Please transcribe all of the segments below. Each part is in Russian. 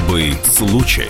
Особый случай.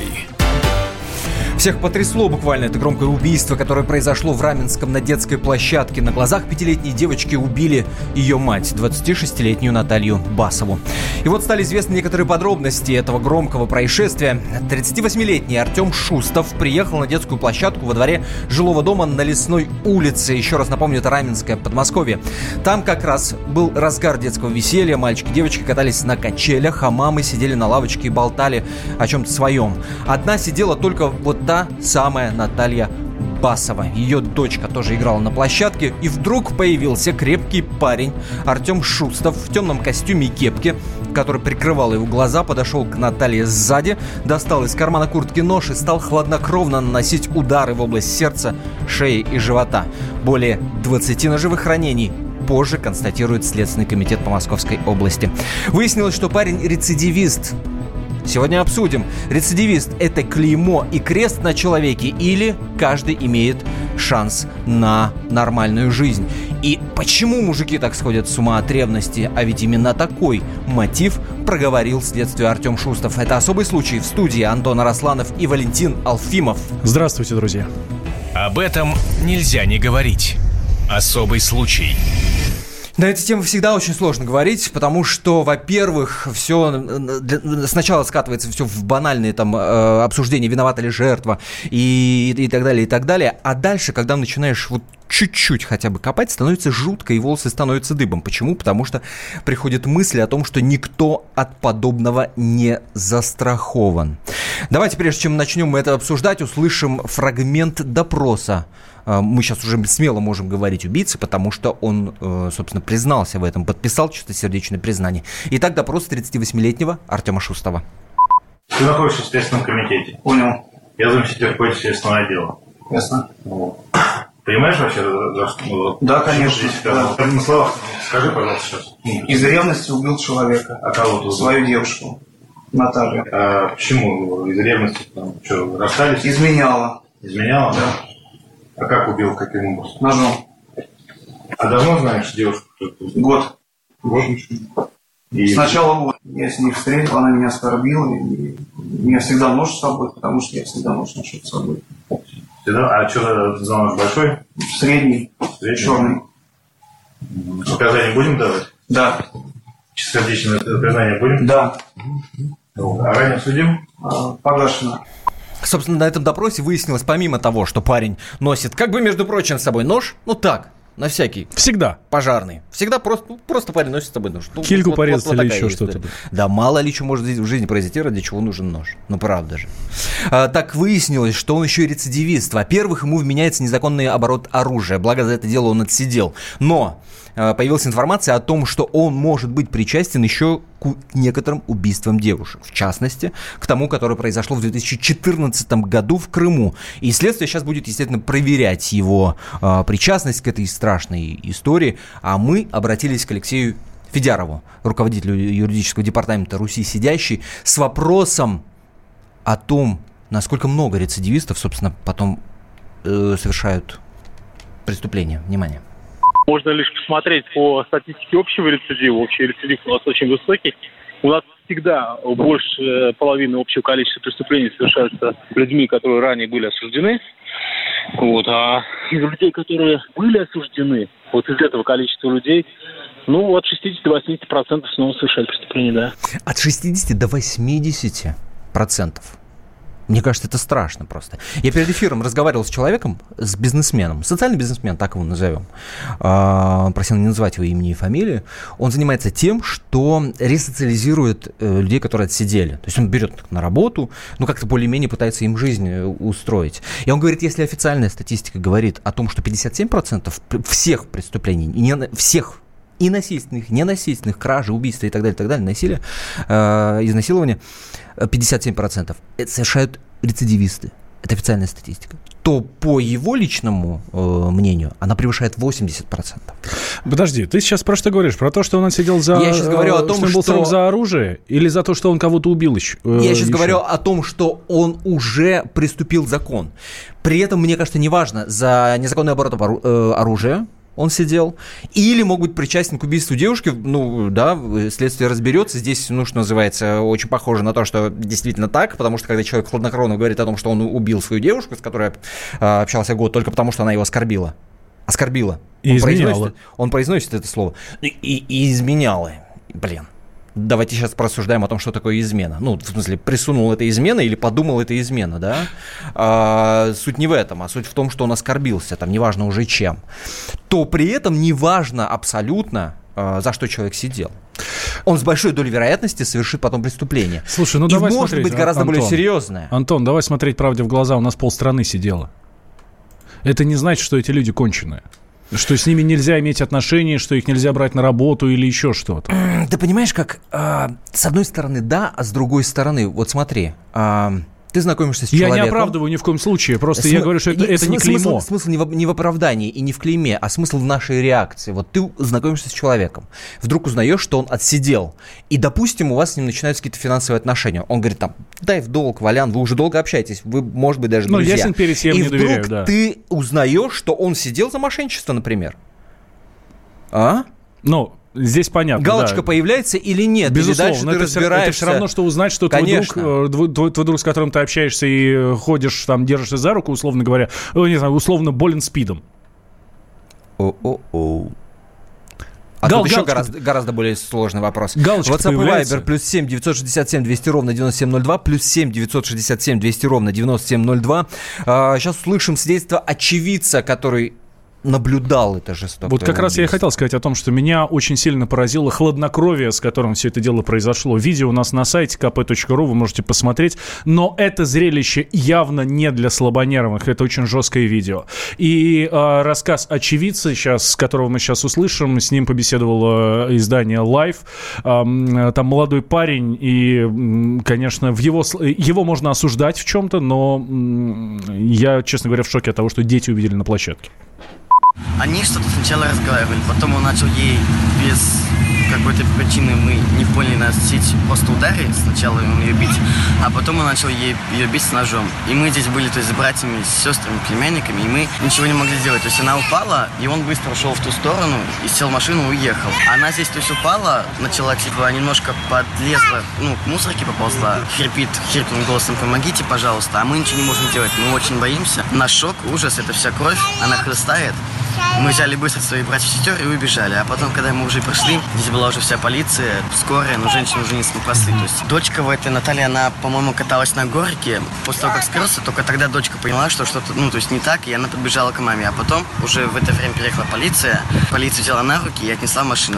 Всех потрясло буквально это громкое убийство, которое произошло в Раменском на детской площадке. На глазах 5-летней девочки убили ее мать, 26-летнюю Наталью Басову. И вот стали известны некоторые подробности этого громкого происшествия. 38-летний Артем Шустов приехал на детскую площадку во дворе жилого дома на Лесной улице. Еще раз напомню, это Раменское, Подмосковье. Там как раз был разгар детского веселья. Мальчики и девочки катались на качелях, а мамы сидели на лавочке и болтали о чем-то своем. Одна сидела только вот та самая Наталья Басова. Ее дочка тоже играла на площадке. И вдруг появился крепкий парень Артем Шустов в темном костюме и кепке, который прикрывал его глаза, подошел к Наталье сзади, достал из кармана куртки нож и стал хладнокровно наносить удары в область сердца, шеи и живота. Более 20 ножевых ранений позже констатирует Следственный комитет по Московской области. Выяснилось, что парень рецидивист. Сегодня обсудим, рецидивист – это клеймо и крест на человеке или каждый имеет шанс на нормальную жизнь? И почему мужики так сходят с ума от ревности? А ведь именно такой мотив проговорил следствию Артем Шустов. Это особый случай. В студии Антон Арасланов и Валентин Алфимов. Здравствуйте, друзья. Об этом нельзя не говорить. Особый случай. На эту тему всегда очень сложно говорить, потому что, во-первых, все сначала скатывается все в банальные там обсуждения, виновата ли жертва и так далее, а дальше, когда начинаешь вот чуть-чуть хотя бы копать, становится жутко, и волосы становятся дыбом. Почему? Потому что приходит мысль о том, что никто от подобного не застрахован. Давайте, прежде чем начнем это обсуждать, услышим фрагмент допроса. Мы сейчас уже смело можем говорить убийце, потому что он, собственно, признался в этом, подписал чистосердечное признание. Итак, допрос 38-летнего Артема Шустова. Ты находишься в Следственном комитете. Понял. Я заместитель руководителя следственного отдела. Ясно. Вот. Понимаешь вообще? Да, конечно. Да. На словах скажи, пожалуйста, сейчас. Из ревности убил человека. А кого ты убил? Свою девушку, Наталью. А почему? Из ревности? Там, что, расстались? Изменяла. Изменяла? Да. А как убил, каким образом? Ножом. А давно знаешь девушку? Год. Год? И... Сначала год. Я с ней встретил, она меня оскорбила. И у меня всегда нож с собой, потому что я всегда нож ношу с собой. Всегда? А что за нож большой? Средний. Черный. Показания будем давать? Да. Чистосердечное признание будем? Да. А ранее судим? Погашено. Собственно, на этом допросе выяснилось, помимо того, что парень носит, как бы, между прочим, с собой нож, ну так, на всякий. Всегда. Пожарный. Всегда просто парень носит с собой нож. Кильку порезать или еще что-то. Да, мало ли что может в жизни произойти, ради чего нужен нож. Ну, правда же. Так выяснилось, что он еще и рецидивист. Во-первых, ему вменяется незаконный оборот оружия. Благо, за это дело он отсидел. Но появилась информация о том, что он может быть причастен еще к некоторым убийствам девушек. В частности, к тому, которое произошло в 2014 году в Крыму. И следствие сейчас будет, естественно, проверять его причастность к этой страшной истории. А мы обратились к Алексею Федярову, руководителю юридического департамента Руси Сидящий, с вопросом о том, насколько много рецидивистов, собственно, потом совершают преступления. Внимание. Можно лишь посмотреть по статистике общего рецидива. Общий рецидив у нас очень высокий. У нас всегда больше половины общего количества преступлений совершаются людьми, которые ранее были осуждены. Вот. А из людей, которые были осуждены, вот из этого количества людей, ну, от 60 до 80% снова совершают преступления, да. От 60 до 80%. Мне кажется, это страшно просто. Я перед эфиром разговаривал с человеком, с бизнесменом, социальный бизнесмен, так его назовем. Просил не называть его имени и фамилию. Он занимается тем, что ресоциализирует людей, которые отсидели. То есть он берет их на работу, ну как-то более-менее пытается им жизнь устроить. И он говорит, если официальная статистика говорит о том, что 57% всех преступлений, всех и насильственных, ненасильственных, кражи, убийства и так далее, насилия, изнасилования, 57% это совершают рецидивисты. Это официальная статистика. То по его личному мнению она превышает 80%. Подожди, ты сейчас про что говоришь? Про то, что он отсидел за... Я сейчас говорю о том, что... он был срок за оружие? Или за то, что он кого-то убил еще? Я сейчас говорю о том, что он уже приступил закон. При этом, мне кажется, неважно, за незаконный оборот оружия, он сидел, или мог быть причастен к убийству девушки, ну, да, следствие разберется. Здесь, ну, что называется, очень похоже на то, что действительно так, потому что когда человек хладнокровно говорит о том, что он убил свою девушку, с которой общался год, только потому что она его оскорбила. И изменяла. Он произносит это слово. И изменяла. Блин. Давайте сейчас порассуждаем о том, что такое измена. Ну, в смысле, присунул это измена или подумал это измена, да? Суть не в этом, а суть в том, что он оскорбился, там, неважно уже чем. То при этом неважно абсолютно, за что человек сидел. Он с большой долей вероятности совершит потом преступление. Слушай, ну и давай может смотреть, быть гораздо Антон, более серьезное. Антон, давай смотреть правде в глаза, у нас полстраны сидело. Это не значит, что эти люди конченые. Что с ними нельзя иметь отношения, что их нельзя брать на работу или еще что-то. Ты понимаешь, как с одной стороны да, а с другой стороны, вот смотри, ты знакомишься с человеком. Я не оправдываю ни в коем случае, просто я говорю, что это не клеймо. Смысл не в оправдании и не в клейме, а смысл в нашей реакции. Вот ты знакомишься с человеком, вдруг узнаешь, что он отсидел, и, допустим, у вас с ним начинаются какие-то финансовые отношения. Он говорит там, дай в долг, Валян, вы уже долго общаетесь, вы, может быть, даже друзья. Ну, ясен перец, я ему не доверяю, да. И вдруг ты узнаешь, что он сидел за мошенничество, например. Ну, здесь понятно. Галочка появляется или нет? Безусловно, или дальше ты разбираешься. Это все равно, что узнать, что твой друг, с которым ты общаешься и ходишь, там, держишься за руку, условно говоря, не знаю, условно болен СПИДом. Тут еще гораздо более сложный вопрос. WhatsApp и Viber +7 967 200 ровно 9702, +7 967 200 ровно 9702. Сейчас услышим свидетельство очевидца, который наблюдал это жестокое Вот как раз я и хотел сказать о том, что меня очень сильно поразило хладнокровие, с которым все это дело произошло. Видео у нас на сайте kp.ru, вы можете посмотреть. Но это зрелище явно не для слабонервных. Это очень жесткое видео. И рассказ очевидца, с которого мы сейчас услышим, с ним побеседовало издание Life. Там молодой парень, и, конечно, его можно осуждать в чем-то, но я, честно говоря, в шоке от того, что дети увидели на площадке. Они что-то сначала разговаривали, потом он начал ей без какой-то причины, мы не поняли, наносить просто удары. Сначала он ее бить, а потом он начал ее бить с ножом. И мы здесь были, то есть, с братьями, с сестрами, племянниками, и мы ничего не могли сделать. То есть она упала, и он быстро ушел в ту сторону, и сел в машину и уехал. Она здесь, то есть, упала, начала, типа, немножко подлезла, к мусорке поползла, хрипит хриплым голосом: помогите, пожалуйста. А мы ничего не можем делать, мы очень боимся. Наш шок, ужас, это вся кровь, она хлыстает. Мы взяли быстро своих братьев и сестер и убежали. А потом, когда мы уже пришли, здесь была уже вся полиция, скорая, но женщины уже не спасли. То есть дочка в этой Наталья, она, по-моему, каталась на горке. После того, как скрылся, только тогда дочка поняла, что что-то, то есть не так, и она подбежала к маме. А потом уже в это время приехала полиция. Полиция взяла на руки и отнесла в машину.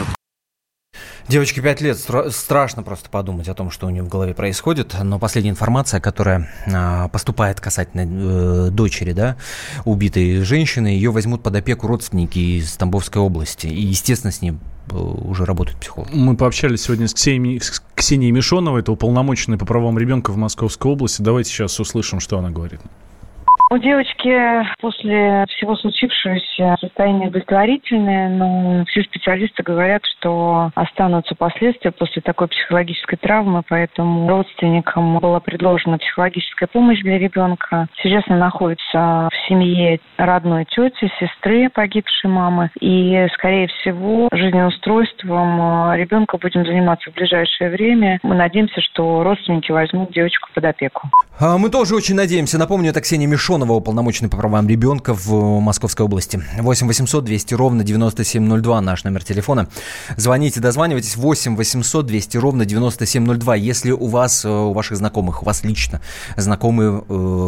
Девочке 5 лет, страшно просто подумать о том, что у нее в голове происходит, но последняя информация, которая поступает касательно дочери, да, убитой женщины, ее возьмут под опеку родственники из Тамбовской области, и, естественно, с ним уже работают психологи. Мы пообщались сегодня с Ксенией Мишоновой, это уполномоченная по правам ребенка в Московской области. Давайте сейчас услышим, что она говорит. У девочки после всего случившегося состояние удовлетворительное, но все специалисты говорят, что останутся последствия после такой психологической травмы, поэтому родственникам была предложена психологическая помощь для ребенка. Сейчас она находится в семье родной тети, сестры погибшей мамы, и, скорее всего, жизнеустройством ребенка будем заниматься в ближайшее время. Мы надеемся, что родственники возьмут девочку под опеку. Мы тоже очень надеемся. Напомню, это Ксения Мишонова, уполномоченный по правам ребенка в Московской области. 8 800 200 ровно 9702 наш номер телефона. Звоните, дозванивайтесь. 8 800 200 ровно 9702. Если у вас, у ваших знакомых, у вас лично знакомые,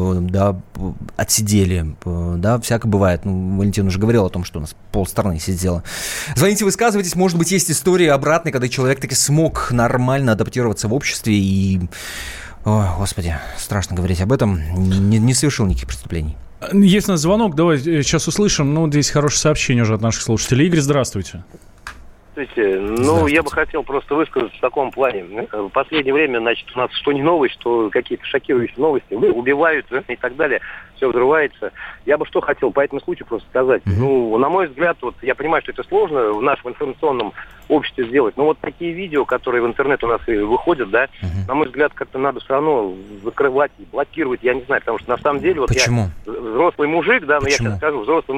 отсидели, всякое бывает. Валентин уже говорил о том, что у нас полстраны сидела. Звоните, высказывайтесь. Может быть, есть истории обратные, когда человек таки смог нормально адаптироваться в обществе и... Ой, господи, страшно говорить об этом. Не совершил никаких преступлений. Есть у нас звонок, давай сейчас услышим. Здесь хорошее сообщение уже от наших слушателей. Игорь, здравствуйте. Здравствуйте. Я бы хотел просто высказаться в таком плане. В последнее время, у нас что не новость, что какие-то шокирующие новости. Убивают и так далее. Все взрывается. Я бы что хотел по этому случаю просто сказать. На мой взгляд, я понимаю, что это сложно в нашем информационном обществе сделать. Но такие видео, которые в интернет у нас и выходят, на мой взгляд, как-то надо все равно закрывать и блокировать. Я не знаю, потому что на самом деле... Почему? Я взрослый мужик, но я сейчас скажу, взрослый мужик,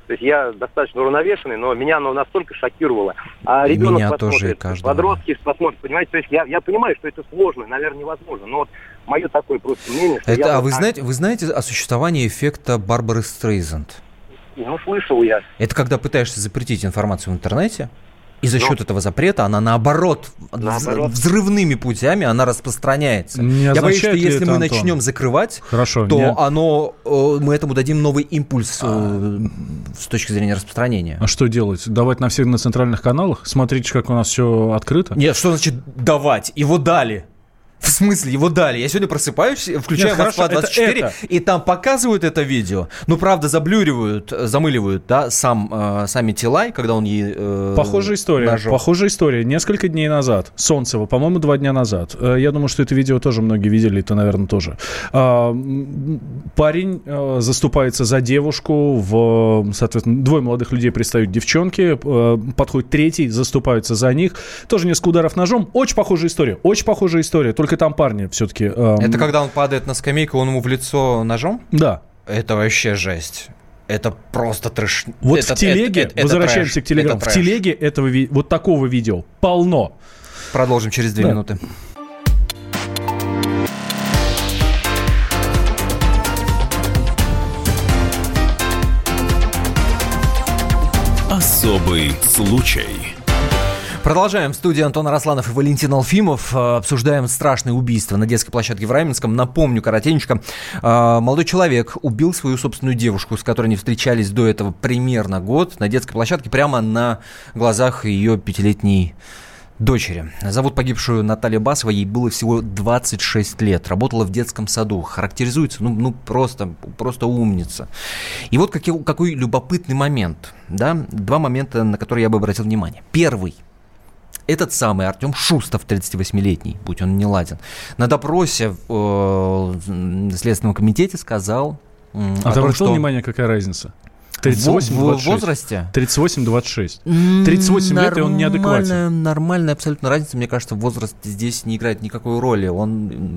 То есть я достаточно уравновешенный, но меня оно настолько шокировало. А ребенок меня посмотрит, тоже и каждого. подростки посмотрят, понимаете? То есть я понимаю, что это сложно, наверное, невозможно, но вот мое такое просто мнение, что это, вы знаете о существовании эффекта Барбары Стрейзанд? Ну, слышал я. Это когда пытаешься запретить информацию в интернете, и за счет этого запрета она наоборот. Взрывными путями она распространяется. Я боюсь, что если мы начнем закрывать, то мы этому дадим новый импульс с точки зрения распространения. А что делать? Давать на всех на центральных каналах? Смотрите, как у нас все открыто? Нет, что значит давать? Его дали. В смысле, его дали? Я сегодня просыпаюсь, включаю Москва-24, и там показывают это видео. Ну, правда, заблюривают, замыливают, да, сами тела, когда он ей Похожая история. Несколько дней назад. Солнцево, по-моему, 2 дня назад. Я думаю, что это видео тоже многие видели, и ты, наверное, тоже. Парень заступается за девушку, соответственно, 2 молодых людей пристают девчонки, подходит 3-й, заступаются за них. Тоже несколько ударов ножом. Очень похожая история. Только там парни все-таки... Это когда он падает на скамейку, он ему в лицо ножом? Да. Это вообще жесть. Это просто трэш. Вот в телеге, возвращаемся к телеграмму, в телеге вот такого видео полно. Продолжим через 2 минуты. Особый случай. Продолжаем. В студии Антон Арасланов и Валентин Алфимов. Обсуждаем страшное убийство на детской площадке в Раменском. Напомню коротенько. Молодой человек убил свою собственную девушку, с которой они встречались до этого примерно год, на детской площадке, прямо на глазах ее 5-летней дочери. Зовут погибшую Наталья Басова, ей было всего 26 лет. Работала в детском саду. Характеризуется, просто умница. И вот какой любопытный момент. Да? 2 момента, на которые я бы обратил внимание. Первый. Этот самый Артем Шустов, 38-летний, будь он не ладен, на допросе в Следственном комитете сказал... А ты обратил внимание, какая разница? 38-26. В возрасте? 38-26. 38 лет, и он неадекватен. Нормальная абсолютно разница. Мне кажется, возраст здесь не играет никакой роли. Он...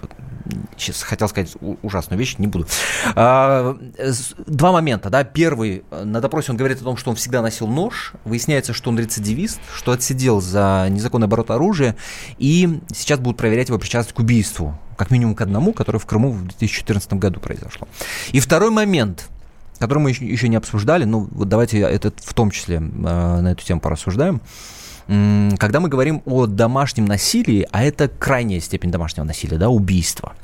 Сейчас хотел сказать ужасную вещь, не буду. 2 момента. Да? Первый. На допросе он говорит о том, что он всегда носил нож. Выясняется, что он рецидивист, что отсидел за незаконный оборот оружия. И сейчас будут проверять его причастность к убийству. Как минимум к одному, которое в Крыму в 2014 году произошло. И второй момент, который мы еще не обсуждали, вот давайте это в том числе на эту тему порассуждаем. Когда мы говорим о домашнем насилии, а это крайняя степень домашнего насилия, да, убийство,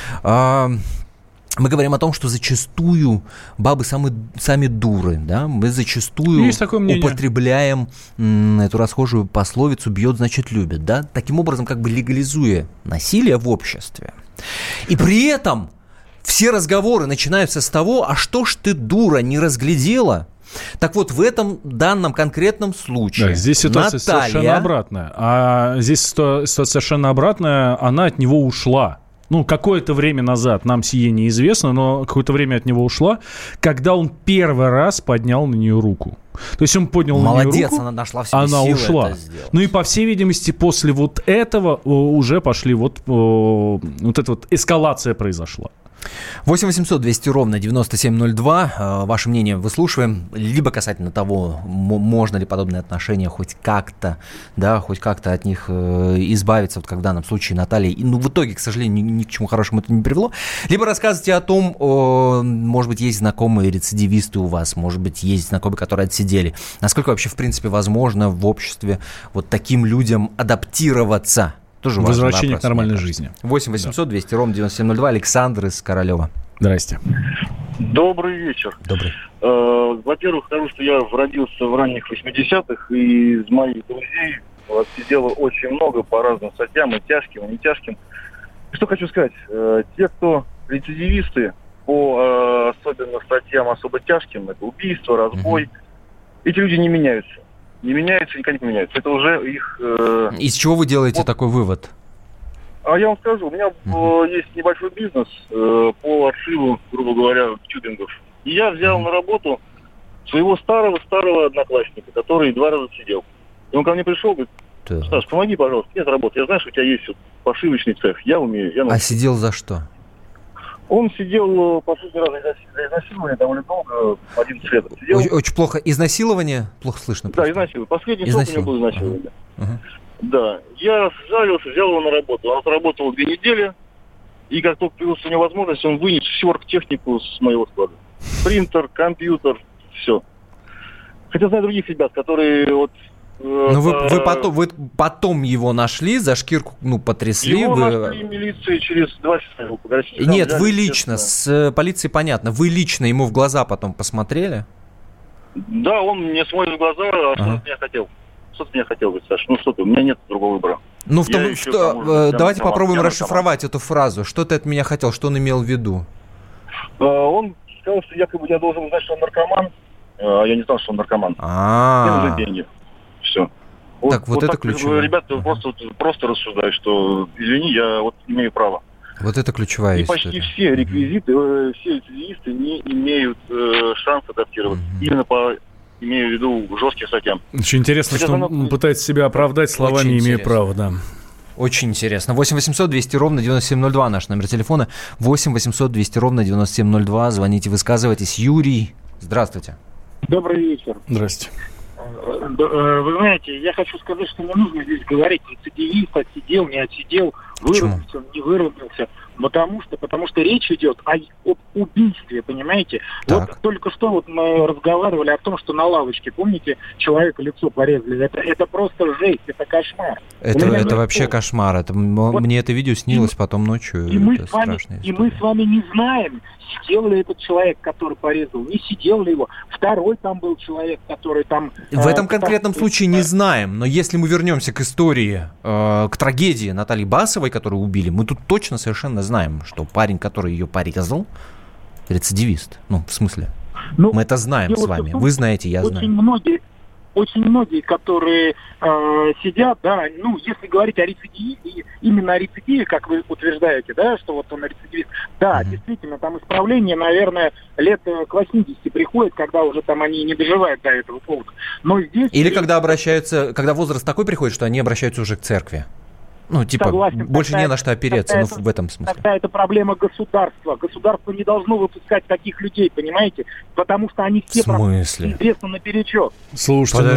мы говорим о том, что зачастую бабы сами дуры, да, мы зачастую употребляем эту расхожую пословицу «бьет, значит, любит», да, таким образом как бы легализуя насилие в обществе. И при этом все разговоры начинаются с того, а что ж ты, дура, не разглядела? Так вот, в этом данном конкретном случае да, здесь ситуация совершенно обратная. Ситуация совершенно обратная, она от него ушла. Какое-то время назад, нам сие неизвестно, но какое-то время от него ушла, когда он первый раз поднял на нее руку. То есть он поднял на нее руку, молодец, она нашла в себе силы ушла. Это сделать. И по всей видимости, после вот этого уже пошли вот эта вот эскалация произошла. 8 800 200 ровно 9702. Ваше мнение выслушиваем. Либо касательно того, можно ли подобные отношения хоть как-то от них избавиться, вот как в данном случае Наталья. В итоге, к сожалению, ни к чему хорошему это не привело. Либо рассказывайте о том, может быть, есть знакомые рецидивисты у вас, может быть, есть знакомые, которые отсидели. Насколько вообще, в принципе, возможно в обществе вот таким людям адаптироваться? Тоже возвращение к нормальной жизни. 8 800 200 ровно 9702. Александр из Королева. Здрасте. Добрый вечер. Добрый. Во-первых, скажу, что я родился в ранних 80-х, и из моих друзей отсидело очень много по разным статьям, и тяжким, и не тяжким. И что хочу сказать. Те, кто рецидивисты по особенно статьям особо тяжким, это убийство, разбой, эти люди не меняются. Не меняются, никогда не меняются. Это уже их... Из чего вы делаете такой вывод? А я вам скажу, у меня есть небольшой бизнес по отшиву, грубо говоря, тюбингов. И я взял на работу своего старого одноклассника, который 2 раза сидел. И он ко мне пришел, говорит: Стас, помоги, пожалуйста, нет работы. Я знаю, что у тебя есть пошивочный цех. Я умею. А сидел за что? Он сидел последний раз за изнасилование довольно долго, 11 лет сидел. Очень плохо. Изнасилование? Плохо слышно. Да, изнасилование. Последний срок у него был изнасилование. Да. Я сжалился, взял его на работу. Он отработал 2 недели. И как только появилась у него возможность, он вынес всю оргтехнику с моего склада. Принтер, компьютер, все. Хотя знаю других ребят, которые вот... Но вы потом его нашли, за шкирку потрясли. Его нашли в милиции через 2 часа. Его погасили. Нет, вы лично, с полицией понятно, вы лично ему в глаза потом посмотрели? Да, он мне смотрит в глаза, что ты меня хотел? Что ты меня хотел, говорит, Саша? Ну что ты, у меня нет другого выбора. Давайте попробуем расшифровать эту фразу. Что ты от меня хотел, что он имел в виду? Он сказал, что якобы я должен узнать, что он наркоман. А я не знал, что он наркоман. Мне нужны деньги. Все. Так, вот это ключевое. Ребята просто рассуждают, что, извини, я вот имею право. Вот это ключевая история. И почти все реквизиты, все рецидивисты не имеют шанса адаптироваться. Именно имею в виду жестким статьям. Очень интересно, что он пытается себя оправдать словами «имею право», да. Очень интересно. 8 800 200 ровно 9702 наш номер телефона. 8 800 200 ровно 9702. Звоните, высказывайтесь. Юрий, здравствуйте. Добрый вечер. Здравствуйте. Вы знаете, я хочу сказать, что не нужно здесь говорить рецидивист, отсидел, не отсидел, вырубился, не вырубился. Потому что речь идет об убийстве, понимаете? Так. Вот только что вот мы разговаривали о том, что на лавочке, помните, человека лицо порезали. Это просто жесть, это кошмар. Это вообще кошмар. Мне это видео снилось потом ночью. И мы с вами не знаем, сидел ли этот человек, который порезал, не сидел ли его. Второй там был человек, который там... В этом конкретном случае не знаем, но если мы вернемся к истории, к трагедии Натальи Басовой, которую убили, мы тут точно совершенно знаем, что парень, который ее порезал, рецидивист. В смысле? Мы это знаем с вами. Вы знаете, я знаю. Очень многие, которые сидят, да, если говорить о рецидиве, именно о рецидиве, как вы утверждаете, да, что вот он рецидивист, да, действительно, там исправление, наверное, лет к 80 приходит, когда уже там они не доживают до этого повода. Но здесь... Или когда возраст такой приходит, что они обращаются уже к церкви. Согласен, больше не на что опереться, в этом смысле. Тогда это проблема государства. Государство не должно выпускать таких людей, понимаете? Потому что они все известны наперечет. Слушайте,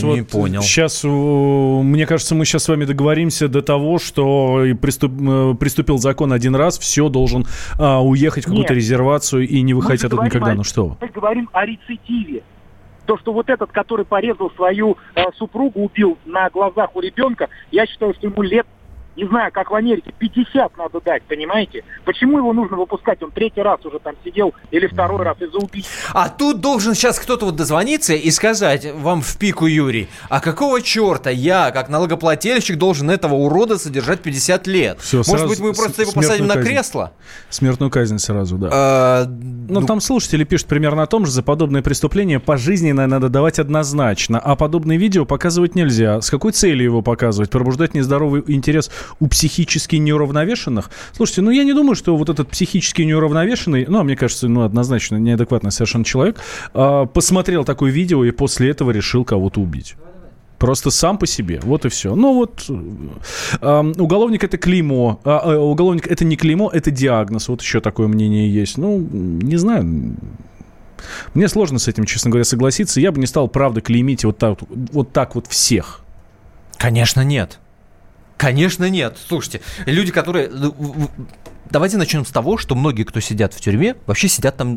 сейчас, мне кажется, мы сейчас с вами договоримся до того, что приступил закон один раз, все, должен уехать в какую-то резервацию и не выходить оттуда никогда. Мы говорим о рецидиве. То, что вот этот, который порезал свою супругу, убил на глазах у ребенка, я считаю, что ему лет, не знаю, как в Америке, 50 надо дать, понимаете? Почему его нужно выпускать? Он 3-й раз уже там сидел, или 2-й раз из-за убийства. А тут должен сейчас кто-то дозвониться и сказать вам в пику, Юрий, а какого черта я, как налогоплательщик, должен этого урода содержать 50 лет? Все, может быть, мы просто его посадим на кресло? Смертную казнь сразу, да. Там слушатели пишут примерно о том же: за подобное преступление пожизненно надо давать однозначно, а подобные видео показывать нельзя. С какой целью его показывать? Пробуждать нездоровый интерес у психически неуравновешенных? Слушайте, я не думаю, что вот этот психически неуравновешенный, мне кажется, однозначно неадекватный совершенно человек, посмотрел такое видео и после этого решил кого-то убить. Просто сам по себе. Вот и все. Уголовник — это клеймо. Уголовник — это не клеймо, это диагноз. Вот еще такое мнение есть. Не знаю. Мне сложно с этим, честно говоря, согласиться. Я бы не стал, правда, клеймить вот так всех. Конечно, нет. Конечно, нет. Слушайте, люди, которые... Давайте начнем с того, что многие, кто сидят в тюрьме, вообще сидят там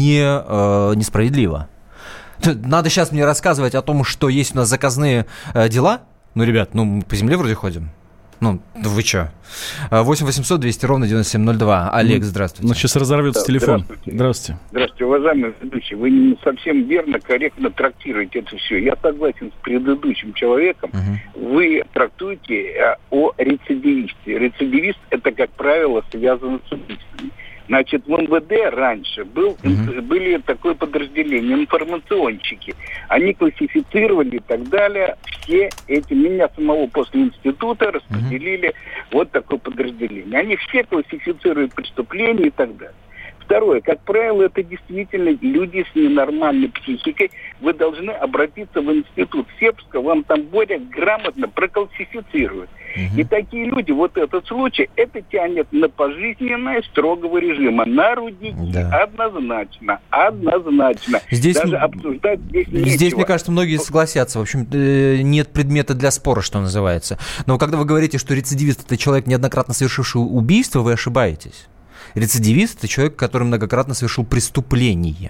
несправедливо. Надо сейчас мне рассказывать о том, что есть у нас заказные дела? Ребят, мы по земле вроде ходим. Вы что? 8 800 200 ровно 9702. Олег, здравствуйте. Сейчас разорвется телефон. Здравствуйте. Здравствуйте, уважаемый ведущий. Вы не совсем верно, корректно трактируете это все. Я согласен с предыдущим человеком. Вы трактуете о рецидивисте. Рецидивист — это, как правило, связано с убийствами. Значит, в МВД раньше были такое подразделение, информационщики. Они классифицировали и так далее. Все эти, меня самого после института распределили вот такое подразделение. Они все классифицируют преступления и так далее. В Второе, как правило, это действительно люди с ненормальной психикой. Вы должны обратиться в институт сербского, вам там более грамотно проклассифицируют. И такие люди, вот этот случай, это тянет на пожизненное строгого режима, на рудники, однозначно. Здесь, даже обсуждать здесь нечего. Здесь, мне кажется, многие согласятся. В общем, нет предмета для спора, что называется. Но когда вы говорите, что рецидивист – это человек, неоднократно совершивший убийство, вы ошибаетесь. Рецидивист – это человек, который многократно совершил преступление.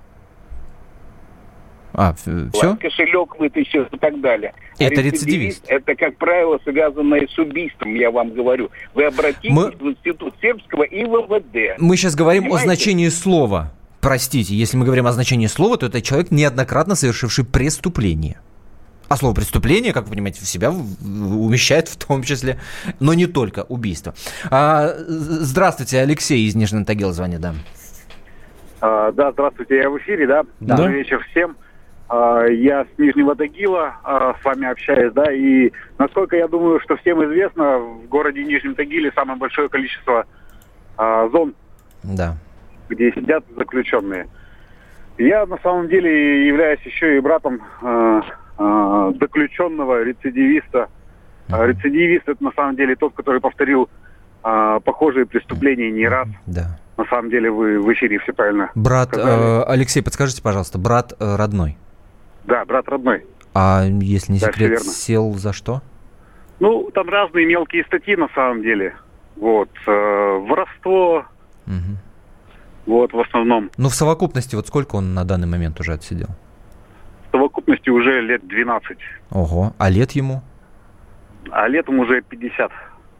Все? Кошелек вытащил и так далее. Это рецидивист. Это, как правило, связанное с убийством, я вам говорю. Вы обратитесь в институт сербского и ВВД. Мы сейчас говорим о значении слова. Простите, если мы говорим о значении слова, то это человек, неоднократно совершивший преступление. А слово «преступление», как вы понимаете, в себя умещает в том числе, но не только убийство. Здравствуйте, Алексей из Нижнего Тагила звонит, да. Да, здравствуйте, я в эфире, да? Добрый вечер всем. Я с Нижнего Тагила с вами общаюсь, да, и насколько я думаю, что всем известно, в городе Нижнем Тагиле самое большое количество зон, где сидят заключенные. Я на самом деле являюсь еще и братом заключенного рецидивиста. Рецидивист — это на самом деле тот, который повторил похожие преступления не раз. Да. На самом деле вы в эфире все правильно брат, Алексей, подскажите, пожалуйста, брат родной? Да, брат родной. А если не секрет, сел за что? Ну, там разные мелкие статьи на самом деле. Вот. Воровство. Вот, в основном. Ну, в совокупности, вот сколько он на данный момент уже отсидел? В совокупности уже лет 12. Ого. А лет ему? А летом уже 50.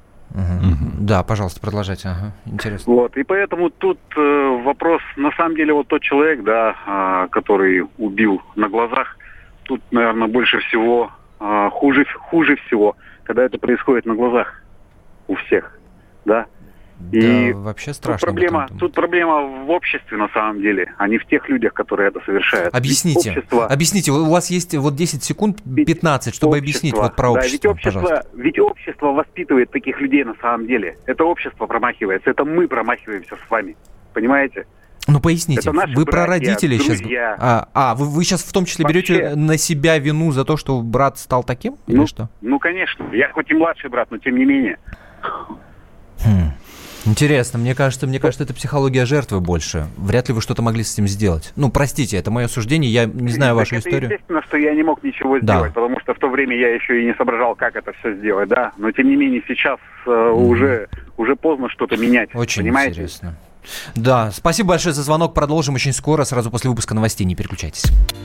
Да, пожалуйста, продолжайте. Интересно. Вот, и поэтому тут вопрос, на самом деле, вот тот человек, да, который убил на глазах, тут, наверное, больше всего, хуже всего, когда это происходит на глазах у всех, да. И вообще страшно. Тут проблема в обществе, на самом деле, а не в тех людях, которые это совершают. Объясните, у вас есть вот 10 секунд, 15, чтобы объяснить вот про общество, ведь общество воспитывает таких людей на самом деле. Это общество промахивается, это мы промахиваемся с вами, понимаете? Ну, поясните, вы про родителей сейчас... Вы сейчас в том числе берете на себя вину за то, что брат стал таким? Или что? Ну, конечно. Я хоть и младший брат, но тем не менее. Интересно, мне кажется, это психология жертвы больше. Вряд ли вы что-то могли с этим сделать. Ну, простите, это мое суждение, я не знаю вашу историю. Естественно, что я не мог ничего сделать, потому что в то время я еще и не соображал, как это все сделать, да. Но, тем не менее, сейчас уже поздно что-то менять. Очень понимаете? Интересно. Да, спасибо большое за звонок. Продолжим очень скоро, сразу после выпуска новостей. Не переключайтесь.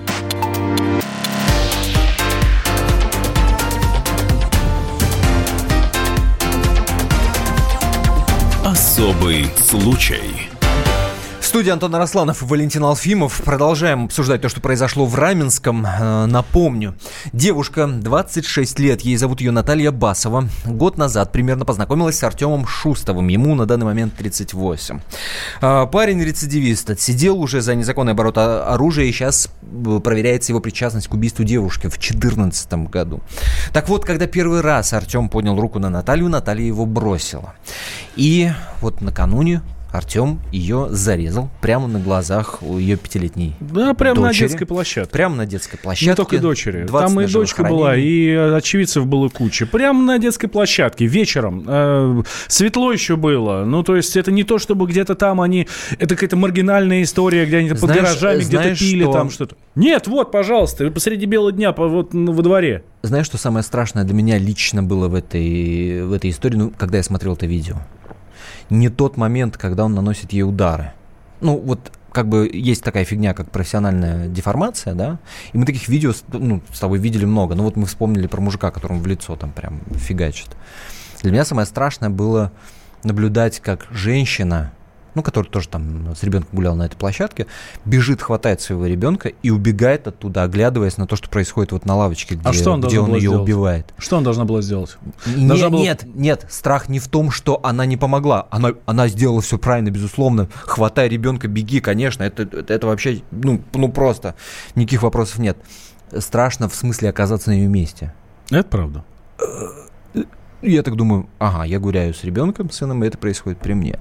Особый случай. В студии Антон Арасланов и Валентин Алфимов. Продолжаем обсуждать то, что произошло в Раменском. Напомню, девушка, 26 лет, ей зовут ее Наталья Басова. Год назад примерно познакомилась с Артемом Шустовым. Ему на данный момент 38. Парень-рецидивист отсидел уже за незаконный оборот оружия, и сейчас проверяется его причастность к убийству девушки в 2014 году. Так вот, когда первый раз Артем поднял руку на Наталью, Наталья его бросила. И вот накануне Артем ее зарезал прямо на глазах у ее 5-летней дочери. Да, прямо на детской площадке. Прямо на детской площадке. Не только дочери. Там и дочка была, и очевидцев было куча. Прямо на детской площадке, вечером. Светло еще было. Ну, то есть, это не то, чтобы где-то там они... Это какая-то маргинальная история, где они под гаражами где-то пили там что-то. Нет, вот, пожалуйста, посреди бела дня, вот во дворе. Знаешь, что самое страшное для меня лично было в этой истории, ну, когда я смотрел это видео? Не тот момент, когда он наносит ей удары. Ну, вот как бы есть такая фигня, как профессиональная деформация, да, и мы таких видео, с тобой видели много. Ну, вот мы вспомнили про мужика, которому в лицо там прям фигачит. Для меня самое страшное было наблюдать, как женщина, которая тоже там с ребенком гуляла на этой площадке, бежит, хватает своего ребенка и убегает оттуда, оглядываясь на то, что происходит вот на лавочке, где он ее убивает. Что она должна была сделать? Нет, страх не в том, что она не помогла. Она сделала все правильно, безусловно. Хватай ребенка, беги, конечно. Это вообще, просто. Никаких вопросов нет. Страшно в смысле оказаться на ее месте. Это правда. Я так думаю, я гуляю с ребенком, сыном, и это происходит при мне.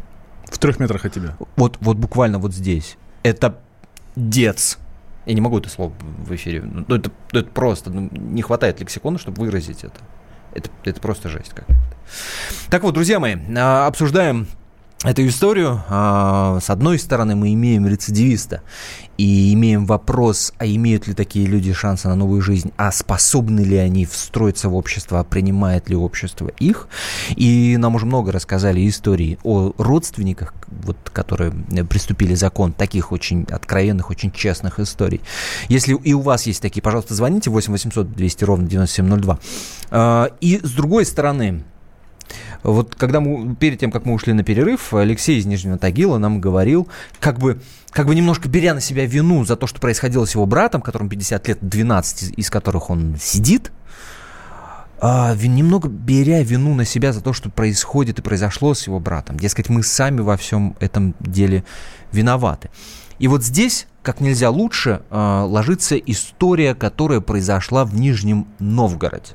В 3 метрах от тебя. Вот буквально вот здесь. Это дец. Я не могу это слово в эфире. Это просто... не хватает лексикона, чтобы выразить это. Это просто жесть какая-то. Так вот, друзья мои, обсуждаем эту историю. С одной стороны, мы имеем рецидивиста и имеем вопрос, а имеют ли такие люди шансы на новую жизнь, а способны ли они встроиться в общество, а принимает ли общество их. И нам уже много рассказали истории о родственниках, вот, которые приступили закон, таких очень откровенных, очень честных историй. Если и у вас есть такие, пожалуйста, звоните 8 800 200 ровно 9702. И с другой стороны, вот когда перед тем, как мы ушли на перерыв, Алексей из Нижнего Тагила нам говорил, как бы немножко беря на себя вину за то, что происходило с его братом, которому 50 лет, 12 из которых он сидит, немного беря вину на себя за то, что происходит и произошло с его братом. Дескать, мы сами во всем этом деле виноваты. И вот здесь, как нельзя лучше, ложится история, которая произошла в Нижнем Новгороде.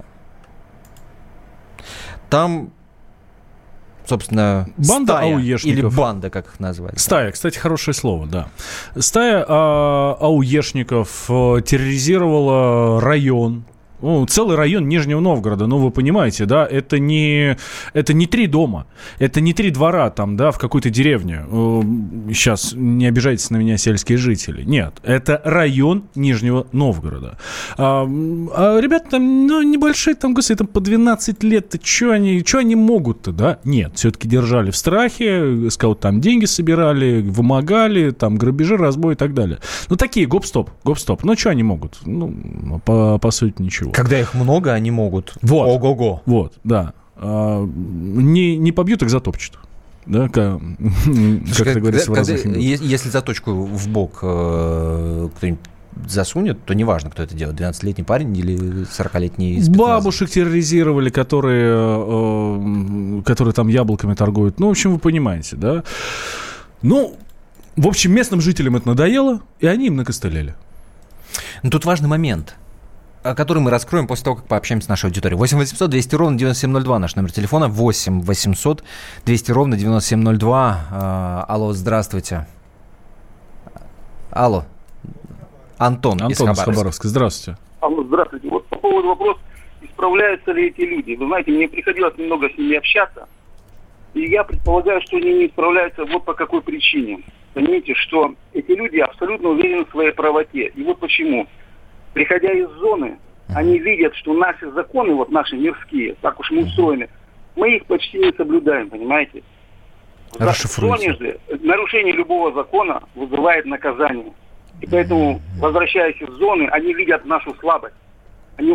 Там, собственно, банда стая ауешников. Или банда, как их назвать. Стая, кстати, хорошее слово, да. Стая ауешников терроризировала район. Целый район Нижнего Новгорода, вы понимаете, да, это не 3 дома, это не 3 двора там, да, в какой-то деревне. Сейчас не обижайтесь на меня, сельские жители. Нет, это район Нижнего Новгорода. Ребята там, небольшие, там, господи, там по 12 лет, что они могут-то, да? Нет, все-таки держали в страхе, сказал, там деньги собирали, вымогали, там грабежи, разбой и так далее. Такие, гоп-стоп. Что они могут? По сути, ничего. Когда их много, они могут. Вот. Ого-го. Вот, да. Не побьют, их затопчут. Да, как это говорится в разных языках. Если заточку в бок кто-нибудь засунет, то неважно, кто это делает. 12-летний парень или 40-летний спецназ. Бабушек терроризировали, которые там яблоками торгуют. В общем, вы понимаете, да? В общем, местным жителям это надоело, и они им накостыляли. Тут важный момент, который мы раскроем после того, как пообщаемся с нашей аудиторией. 8 800 200 ровно 9702 наш номер телефона. 8 800 200 ровно 9702. Алло, здравствуйте. Алло. Антон из Хабаровска. Здравствуйте. Алло, здравствуйте. Вот по поводу вопроса, исправляются ли эти люди. Вы знаете, мне приходилось немного с ними общаться, и я предполагаю, что они не исправляются вот по какой причине. Понимаете, что эти люди абсолютно уверены в своей правоте. И вот почему. Приходя из зоны, они видят, что наши законы, вот наши мирские, так уж мы устроены, мы их почти не соблюдаем, понимаете? В зоне же нарушение любого закона вызывает наказание. И поэтому, возвращаясь из зоны, они видят нашу слабость. Они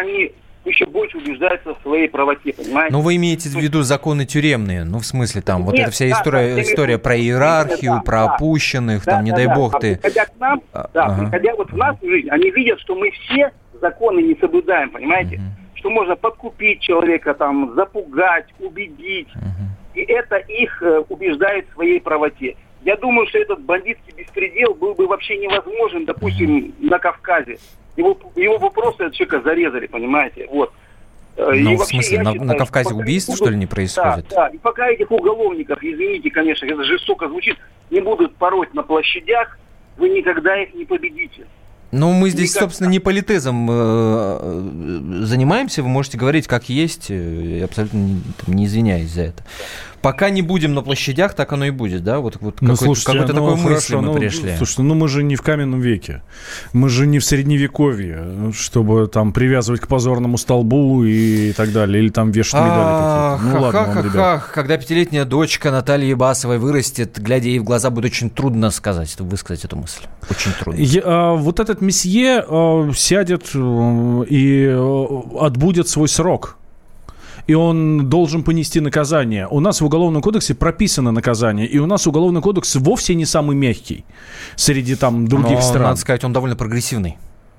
еще больше убеждаются в своей правоте, понимаете? Вы имеете в виду законы тюремные? В смысле, там, вот эта вся история про иерархию, про опущенных, там, не дай бог ты... Приходя к нам, приходя вот в нашу жизнь, они видят, что мы все законы не соблюдаем, понимаете? Что можно подкупить человека, там, запугать, убедить. И это их убеждает в своей правоте. Я думаю, что этот бандитский беспредел был бы вообще невозможен, допустим, на Кавказе. Его бы просто этого человека зарезали, понимаете? Вот. В смысле, на Кавказе убийств, что ли, не происходит? Да. И пока этих уголовников, извините, конечно, это жестоко звучит, не будут пороть на площадях, вы никогда их не победите. Мы здесь, собственно, не политезом занимаемся. Вы можете говорить, как есть, абсолютно не извиняюсь за это. Пока не будем на площадях, так оно и будет, да? Вот какой-то такой мысли мы пришли. Слушайте, мы же не в каменном веке. Мы же не в средневековье, чтобы там привязывать к позорному столбу и так далее. Или там вешать медали какие-то. Ладно, ребят. Когда 5-летняя дочка Натальи Басовой вырастет, глядя ей в глаза, будет очень трудно высказать эту мысль. Очень трудно. Вот этот месье сядет и отбудет свой срок. И он должен понести наказание. У нас в Уголовном кодексе прописано наказание, и у нас Уголовный кодекс вовсе не самый мягкий среди там других стран. Надо сказать, он довольно прогрессивный.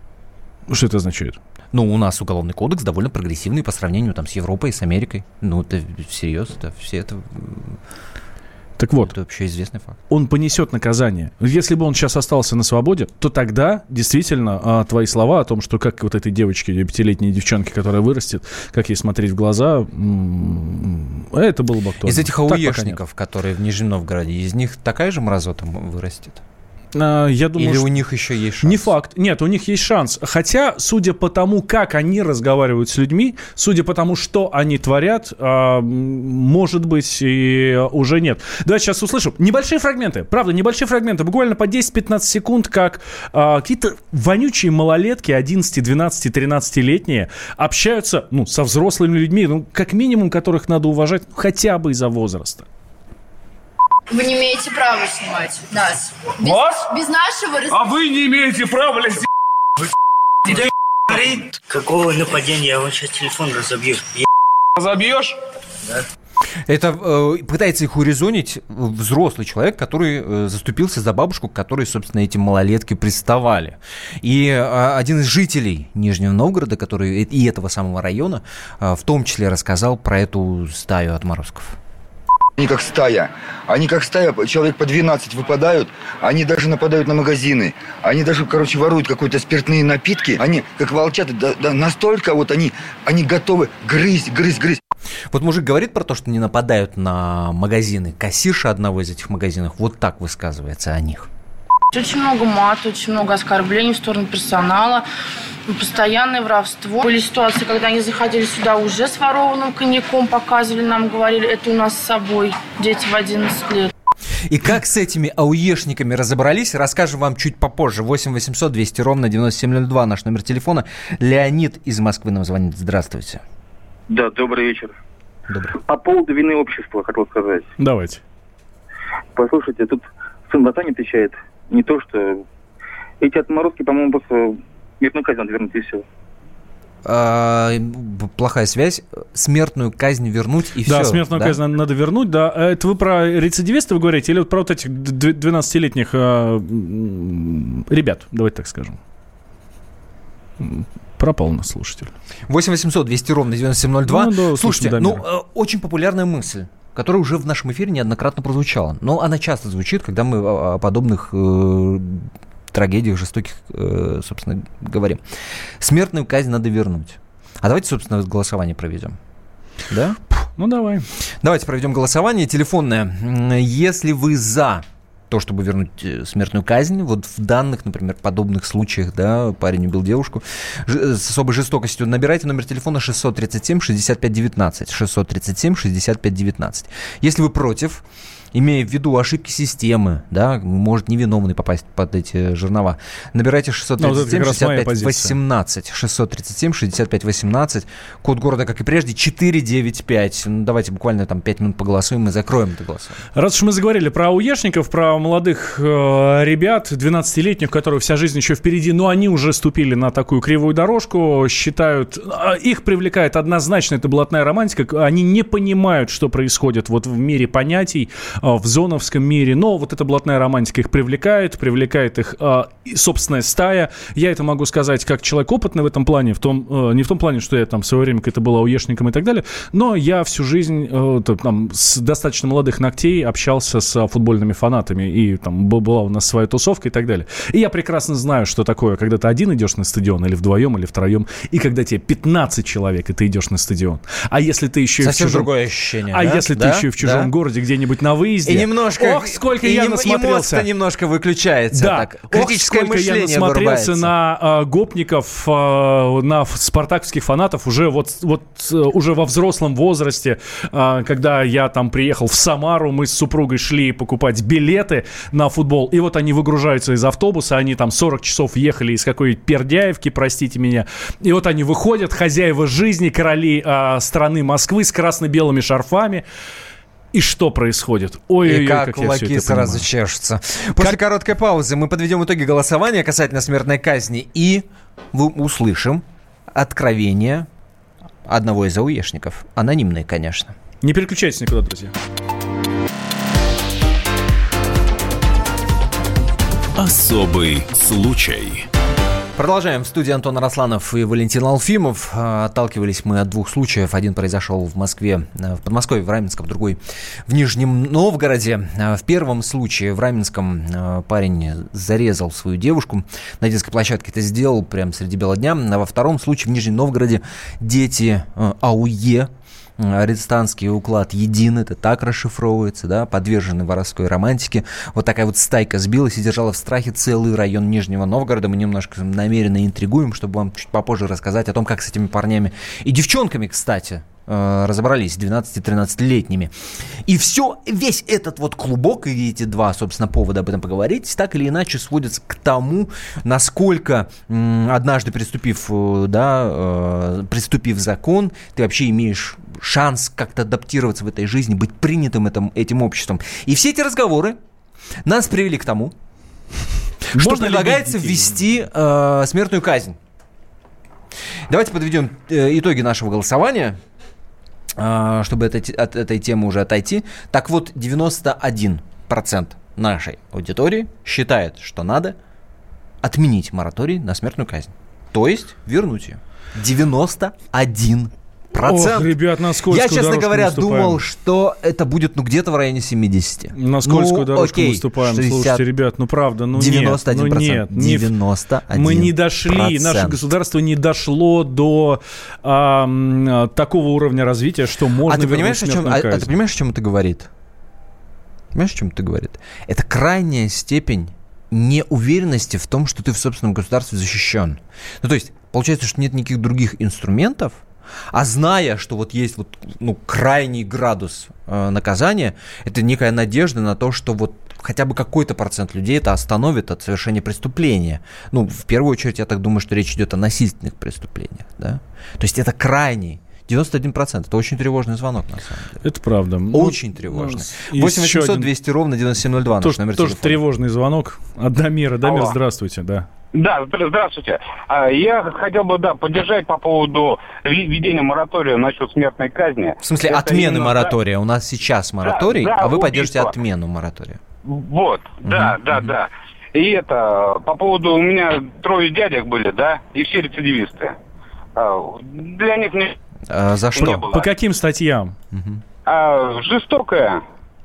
Что это означает? У нас Уголовный кодекс довольно прогрессивный по сравнению там с Европой, с Америкой. Это всерьез, это все это... Так вот, это вообще известный факт. Он понесет наказание. Если бы он сейчас остался на свободе, то тогда действительно твои слова о том, что как вот этой девочке, 5-летней девчонке, которая вырастет, как ей смотреть в глаза, это было бы актуально. Из этих ауешников, которые в Нижнем Новгороде, из них такая же мразота вырастет? Я думаю, или у них еще есть шанс? Не факт. Нет, у них есть шанс. Хотя, судя по тому, как они разговаривают с людьми, судя по тому, что они творят, может быть, и уже нет. Давайте сейчас услышим. Небольшие фрагменты. Правда, небольшие фрагменты. Буквально по 10-15 секунд, как какие-то вонючие малолетки, 11, 12, 13-летние, общаются со взрослыми людьми, как минимум, которых надо уважать хотя бы из-за возраста. Вы не имеете права снимать нас. Без нашего... А вы не имеете права, Какого нападения? Я вам сейчас телефон разобью. Разобьешь? Да. Это пытается их урезонить взрослый человек, который заступился за бабушку, к которой, собственно, эти малолетки приставали. И один из жителей Нижнего Новгорода, который и этого самого района, в том числе рассказал про эту стаю отморозков. Они как стая, человек по 12 выпадают, они даже нападают на магазины, они даже, воруют какие-то спиртные напитки, они как волчата, настолько они готовы грызть. Вот мужик говорит про то, что не нападают на магазины. Кассирша одного из этих магазинов вот так высказывается о них. Очень много мата, очень много оскорблений в сторону персонала, постоянное воровство. Были ситуации, когда они заходили сюда уже с ворованным коньяком, показывали нам, говорили, это у нас с собой, дети в 11 лет. И как с этими ауешниками разобрались, расскажем вам чуть попозже. 8 800 200 ровно 9702 наш номер телефона. Леонид из Москвы нам звонит. Здравствуйте. Да, добрый вечер. Добрый. По поводу вины общества хотел сказать. Давайте. Послушайте, тут сын Батань отвечает. Не то, что... Эти отморозки, по-моему, просто смертную казнь надо вернуть, и все. Плохая связь. Смертную казнь вернуть, и все. Да, смертную казнь надо вернуть, да. Это вы про рецидивистов говорите или вот про вот этих 12-летних ребят, давайте так скажем? Пропал у нас слушатель. 8 800 200 ровно 9702. Слушайте, очень популярная мысль, которая уже в нашем эфире неоднократно прозвучала. Но она часто звучит, когда мы о подобных трагедиях жестоких, собственно, говорим. Смертную казнь надо вернуть. А давайте, собственно, голосование проведем. Да? Ну, давай. Давайте проведем голосование телефонное. Если вы за то, чтобы вернуть смертную казнь, вот в данных, например, подобных случаях, да, парень убил девушку с особой жестокостью, набирайте номер телефона 637-65-19, 637-65-19. Если вы против, имея в виду ошибки системы, да, может невиновный попасть под эти жернова, набирайте 637-65-18, 637-65-18, код города, как и прежде, 495. Ну, давайте буквально там 5 минут поголосуем и закроем это голосование. Раз уж мы заговорили про ауешников, про молодых ребят, 12-летних, у которых вся жизнь еще впереди, но они уже ступили на такую кривую дорожку, считают, их привлекает однозначно эта блатная романтика, они не понимают, что происходит вот в мире понятий, в зоновском мире, но вот эта блатная романтика их привлекает их собственная стая. Я это могу сказать как человек опытный в этом плане, не в том плане, что я там в свое время как-то был ауешником и так далее, но я всю жизнь там, с достаточно молодых ногтей общался с футбольными фанатами, и там была у нас своя тусовка и так далее. И я прекрасно знаю, что такое, когда ты один идешь на стадион, или вдвоем, или втроем, и когда тебе 15 человек, и ты идешь на стадион. А если ты еще совсем другое ощущение. Если ты еще и в чужом городе, где-нибудь на выезде, и немножко, сколько я насмотрелся. Эмоция немножко выключается. Да. Так. Критическое мышление я насмотрелся вырубается. На гопников, на спартаковских фанатов уже уже во взрослом возрасте, когда я там приехал в Самару, мы с супругой шли покупать билеты на футбол, и вот они выгружаются из автобуса, они там 40 часов ехали из какой-то Пердяевки, простите меня, и вот они выходят, хозяева жизни, короли страны Москвы с красно-белыми шарфами. И что происходит? Ой-ой-ой, и как я кулаки сразу чешутся. После короткой паузы мы подведем итоги голосования касательно смертной казни и услышим откровение одного из ауешников. Анонимные, конечно. Не переключайтесь никуда, друзья. Особый случай. Продолжаем. В студии Антон Арасланов и Валентин Алфимов. Отталкивались мы от двух случаев. Один произошел в Москве, в Подмосковье, в Раменском, другой в Нижнем Новгороде. В первом случае в Раменском парень зарезал свою девушку. На детской площадке это сделал прямо среди бела дня. А во втором случае в Нижнем Новгороде дети АУЕ, арестантский уклад един, это так расшифровывается, да, подвержены воровской романтике. Вот такая вот стайка сбилась и держала в страхе целый район Нижнего Новгорода. Мы немножко намеренно интригуем, чтобы вам чуть попозже рассказать о том, как с этими парнями и девчонками, кстати, разобрались, 12-13-летними. И весь этот вот клубок, и эти два, собственно, повода об этом поговорить, так или иначе сводятся к тому, насколько однажды приступив закон, ты вообще имеешь шанс как-то адаптироваться в этой жизни, быть принятым этим обществом. И все эти разговоры нас привели к тому, что предлагается ввести смертную казнь. Давайте подведем итоги нашего голосования, чтобы от этой темы уже отойти. Так вот, 91% нашей аудитории считает, что надо отменить мораторий на смертную казнь. То есть вернуть ее. 91%. Ох, ребят, на скользкую Я, честно говоря, наступаем. думал, что это будет где-то в районе 70. На скользкую дорожку наступаем. 60, слушайте, ребят, правда, 91%. Нет. 91%. Мы не дошли, наше государство не дошло до такого уровня развития, что можно вернуть смертную казнь. А ты понимаешь, о чем это говорит? Понимаешь, о чем это говорит? Это крайняя степень неуверенности в том, что ты в собственном государстве защищен. То есть, получается, что нет никаких других инструментов, а зная, что вот есть крайний градус наказания, это некая надежда на то, что вот хотя бы какой-то процент людей это остановит от совершения преступления. В первую очередь, я так думаю, что речь идет о насильственных преступлениях. Да? То есть это крайний. 91%. Это очень тревожный звонок, на самом деле. Это правда. Очень тревожный. 8-800-200-200 наш номер телефона. Тоже тревожный звонок от Дамира. Дамир, здравствуйте, да. Да, здравствуйте. Я хотел бы, поддержать по поводу введения моратория насчет смертной казни. В смысле, отмены моратория. У нас сейчас мораторий, а вы поддержите отмену моратория. Вот, да. И по поводу, у меня 3 дядек были, да, и все рецидивисты. Для них за что? Не было. По каким статьям? Жестокая,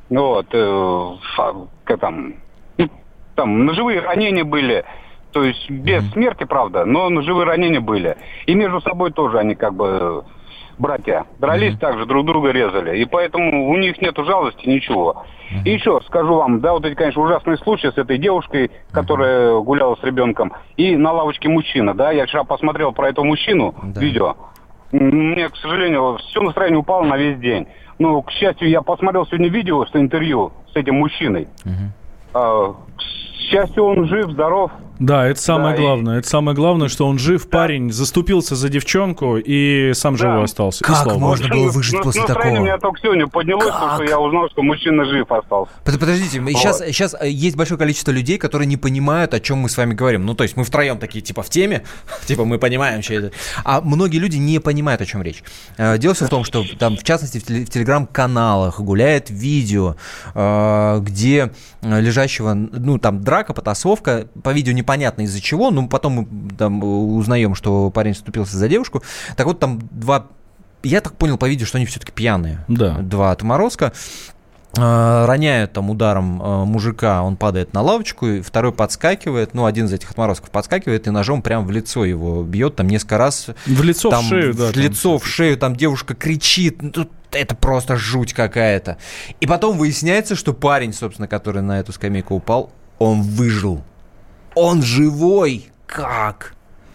там ножевые ранения были. То есть без смерти, правда, но ножевые ранения были. И между собой тоже они братья дрались, также друг друга резали. И поэтому у них нету жалости, ничего. И еще скажу вам, эти, конечно, ужасные случаи с этой девушкой, которая гуляла с ребенком, и на лавочке мужчина, да, я вчера посмотрел про этого мужчину, видео. Мне, к сожалению, все настроение упало на весь день. Но, к счастью, я посмотрел сегодня видео с интервью с этим мужчиной. К счастью, он жив, здоров. Да, это самое главное. Это самое главное, что он жив, парень заступился за девчонку и сам живой остался. Как можно было выжить после такого? Настроение у меня только сегодня поднялось, потому что я узнал, что мужчина жив остался. Подождите, сейчас есть большое количество людей, которые не понимают, о чем мы с вами говорим. То есть мы втроем такие, в теме, мы понимаем, что это. А многие люди не понимают, о чем речь. Дело все в том, что там, в частности, в телеграм-каналах гуляет видео, где лежащего, там драка, потасовка, по видео непонятно из-за чего, но потом мы там узнаем, что парень вступился за девушку. Так вот, там я так понял по видео, что они все-таки пьяные. Да. 2 отморозка. Роняют там ударом мужика, он падает на лавочку, и второй подскакивает, один из этих отморозков подскакивает и ножом прям в лицо его бьет, там несколько раз. В лицо, в шею, да. В лицо, в шею, там девушка кричит, это просто жуть какая-то. И потом выясняется, что парень, собственно, который на эту скамейку упал, он выжил. Он живой. Как?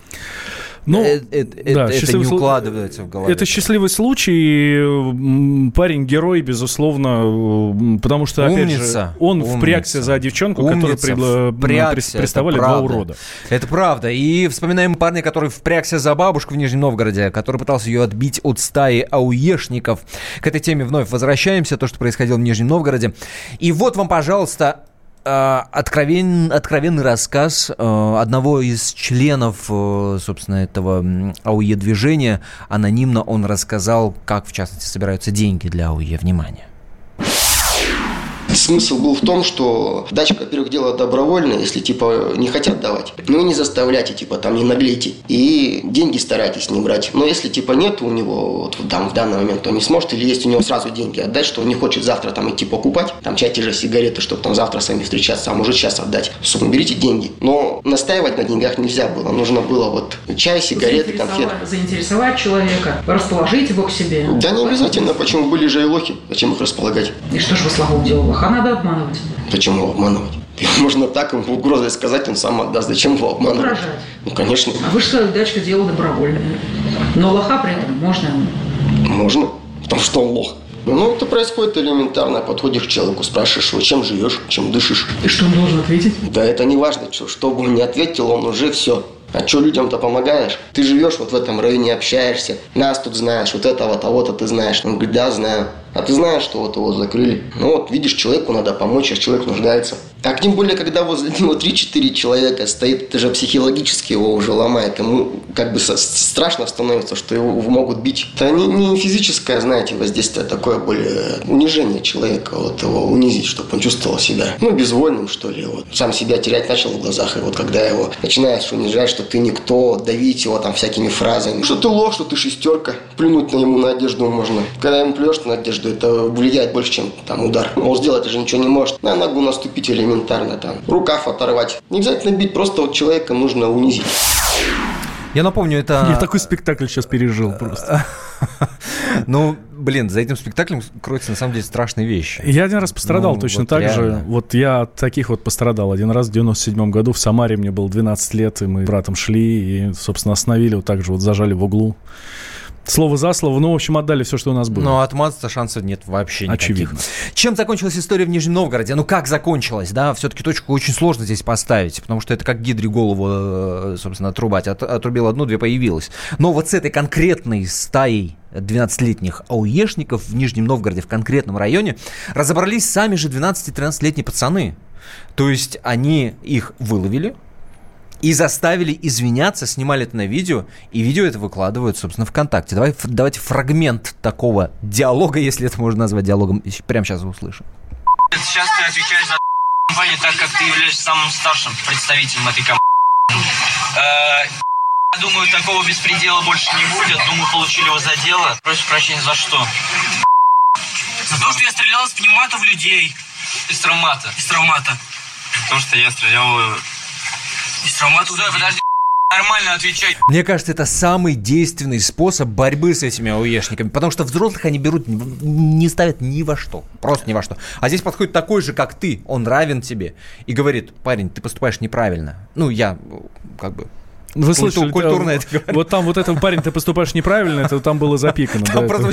Это не укладывается в голове. Это счастливый случай. Парень герой, безусловно, потому что, опять же, он впрягся за девчонку, которую приставали 2 урода. Это правда. И вспоминаем парня, который впрягся за бабушку в Нижнем Новгороде, который пытался ее отбить от стаи ауешников. К этой теме вновь возвращаемся, то, что происходило в Нижнем Новгороде. И вот вам, пожалуйста, откровенный рассказ одного из членов, собственно, этого АУЕ-движения. Анонимно он рассказал, как, в частности, собираются деньги для АУЕ. Внимание. Смысл был в том, что дача, во-первых, дело добровольное, если, типа, не хотят давать. Ну и не заставляйте, типа, там, не наглейте. И деньги старайтесь не брать. Но если, типа, нет у него вот, там, в данный момент, то не сможет, или есть у него сразу деньги отдать, что он не хочет завтра там идти покупать, там, чай, те же сигареты, чтобы там завтра с вами встречаться, а может сейчас отдать. Собственно, берите деньги. Но настаивать на деньгах нельзя было. Нужно было вот чай, сигареты, конфеты. Заинтересовать человека, расположить его к себе. Да не обязательно. Почему? Были же и лохи. Зачем их располагать? И что же вы слабым делал? Лоха надо обманывать. Почему обманывать? Можно так ему угрозой сказать, он сам отдаст. Зачем его обманывать? Угрожать. Ну, конечно. А вы что, дачка дело добровольное. Но лоха при этом можно? Можно. Потому что он лох. Ну, это происходит элементарно. Подходишь к человеку, спрашиваешь его, чем живешь, чем дышишь. И что он должен ответить? Да это не важно, что бы он ни ответил, он уже все. А что людям-то помогаешь? Ты живешь вот в этом районе, общаешься. Нас тут знаешь, вот этого, того-то ты знаешь. Он говорит, да, знаю. А ты знаешь, что вот его закрыли? Ну вот, видишь, человеку надо помочь, а человек нуждается. А тем более, когда возле него 3-4 человека стоит, это же психологически его уже ломает. Ему как бы страшно становится, что его могут бить. Это не физическое, знаете, воздействие, такое более унижение человека, вот его унизить, чтобы он чувствовал себя, безвольным, что ли. Вот. Сам себя терять начал в глазах, и вот когда его начинаешь унижать, что ты никто, давить его там всякими фразами, что ты лох, что ты шестерка, плюнуть на ему на одежду можно. Когда ему плюешь на одежду, это влияет больше, чем там удар. Он сделать же ничего не может. На ногу наступить элементарно, там, рукав оторвать. Не обязательно бить, просто вот человека нужно унизить. Я напомню, это... Я такой спектакль сейчас пережил просто. Ну, блин, за этим спектаклем кроются на самом деле страшные вещи. Я один раз пострадал точно так же. Вот я от таких вот пострадал один раз в 97-м году в Самаре. Мне было 12 лет, и мы с братом шли и, собственно, остановили, вот так же вот зажали в углу. Слово за слово, в общем, отдали все, что у нас было. Но отмазаться шансов нет вообще никаких. Очевидно. Чем закончилась история в Нижнем Новгороде? Ну, как закончилась, да? Все-таки точку очень сложно здесь поставить, потому что это как гидре голову, собственно, отрубать. Отрубил одну, две появилось. Но вот с этой конкретной стаей 12-летних ауешников в Нижнем Новгороде, в конкретном районе, разобрались сами же 12-13-летние пацаны. То есть они их выловили и заставили извиняться, снимали это на видео, и видео это выкладывают, собственно, ВКонтакте. Давайте фрагмент такого диалога, если это можно назвать диалогом, прямо сейчас услышим. Сейчас ты отвечаешь за компанию, так как ты являешься самым старшим представителем этой компании. Я думаю, такого беспредела больше не будет. Думаю, получили его за дело. Прошу прощения, за что? За то, что я стрелял из пневмата в людей. Из травмата. Из травмата. То, что я стрелял... Из травмата. Стой, подожди, нормально отвечай. Мне кажется, это самый действенный способ борьбы с этими ауешниками, потому что взрослых они берут, не ставят ни во что, просто ни во что. А здесь подходит такой же, как ты, он равен тебе, и говорит: парень, ты поступаешь неправильно. Ну, я как бы... Вы слышали, культурно это говорю. Вот там вот этот парень, ты поступаешь неправильно, это там было запикано.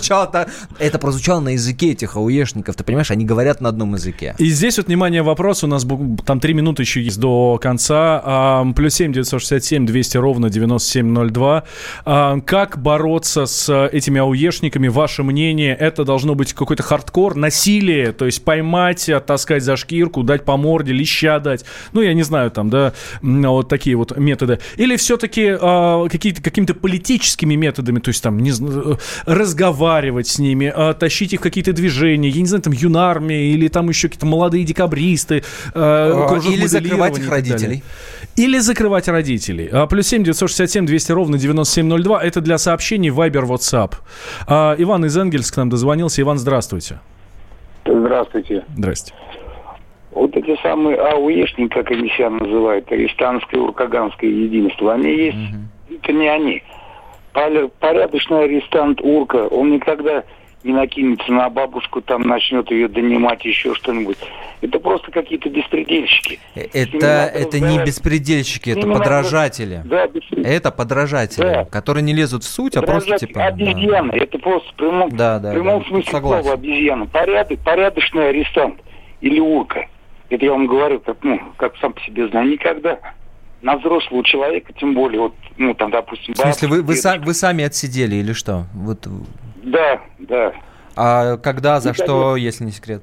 Это прозвучало на языке этих ауешников, ты понимаешь, они говорят на одном языке. И здесь вот, внимание, вопрос, у нас там 3 минуты еще есть до конца. +7 967 200 ровно 9702. Как бороться с этими ауешниками? Ваше мнение, это должно быть какой-то хардкор, насилие, то есть поймать, оттаскать за шкирку, дать по морде, леща дать. Ну, я не знаю, там, да, вот такие вот методы. Или все-таки какими-то политическими методами, то есть там разговаривать с ними, тащить их в какие-то движения, я не знаю, там юнармия или там еще какие-то молодые декабристы. Или закрывать их родителей. Или закрывать родителей. +7 967 200 ровно 9702. Это для сообщений Viber, WhatsApp. Иван из Энгельс к нам дозвонился. Иван, здравствуйте. Здравствуйте. Здрасте. Вот эти самые ауешники, как они себя называют, арестантское, уркаганское единство, они есть, это не они. Порядочный арестант урка, он никогда не накинется на бабушку, там начнет ее донимать, еще что-нибудь. Это просто какие-то беспредельщики. Это не беспредельщики, это подражатели. Да, это подражатели, которые не лезут в суть, а просто типа... Обезьяны, это просто в прямом смысле слова обезьяна. Порядочный арестант или урка. Это я вам говорю, как сам по себе знаю, никогда на взрослого человека, тем более, вот, там, допустим... В смысле, вы сами отсидели или что? Вот... Да. А когда, за что, если не секрет?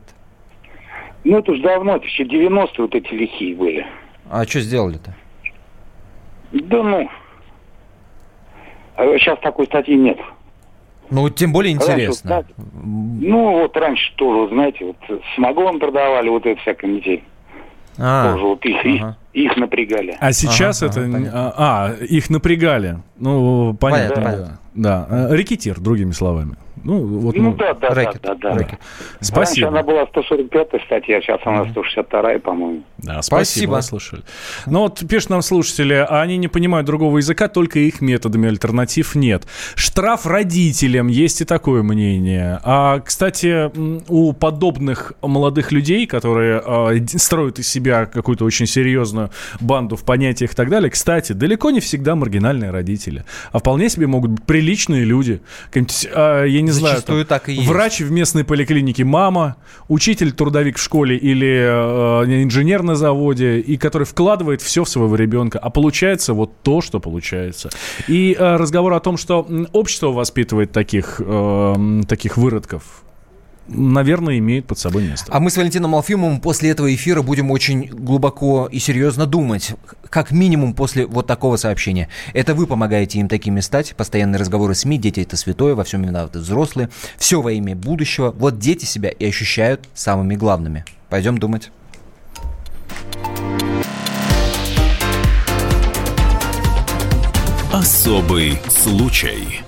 Это уж давно, это еще 90-е вот эти лихие были. А что сделали-то? Да сейчас такой статьи нет. Ну, тем более интересно. Раньше, раньше тоже, знаете, вот самогон продавали, вот это всякая метель. Тоже вот их напрягали. А сейчас их напрягали. Ну, понятно. Да. Рэкетир, другими словами. Да. Спасибо. Раньше она была 145-я статья, сейчас она 162-я, по-моему. Да, спасибо. Слушали. Но вот пишут нам слушатели, они не понимают другого языка, только их методами, альтернатив нет. Штраф родителям, есть и такое мнение. А, кстати, у подобных молодых людей, которые строят из себя какую-то очень серьезную банду в понятиях и так далее, кстати, далеко не всегда маргинальные родители, а вполне себе могут быть приличные люди. Я не знаю, врач в местной поликлинике, мама, учитель, трудовик в школе или инженер на заводе, и который вкладывает все в своего ребенка, а получается вот то, что получается. И разговор о том, что общество воспитывает таких выродков, наверное, имеет под собой место. А мы с Валентином Алфимовым после этого эфира будем очень глубоко и серьезно думать, как минимум после вот такого сообщения. Это вы помогаете им такими стать, постоянные разговоры с СМИ, дети — это святое, во всем виноваты взрослые, все во имя будущего. Вот дети себя и ощущают самыми главными. Пойдем думать. Особый случай.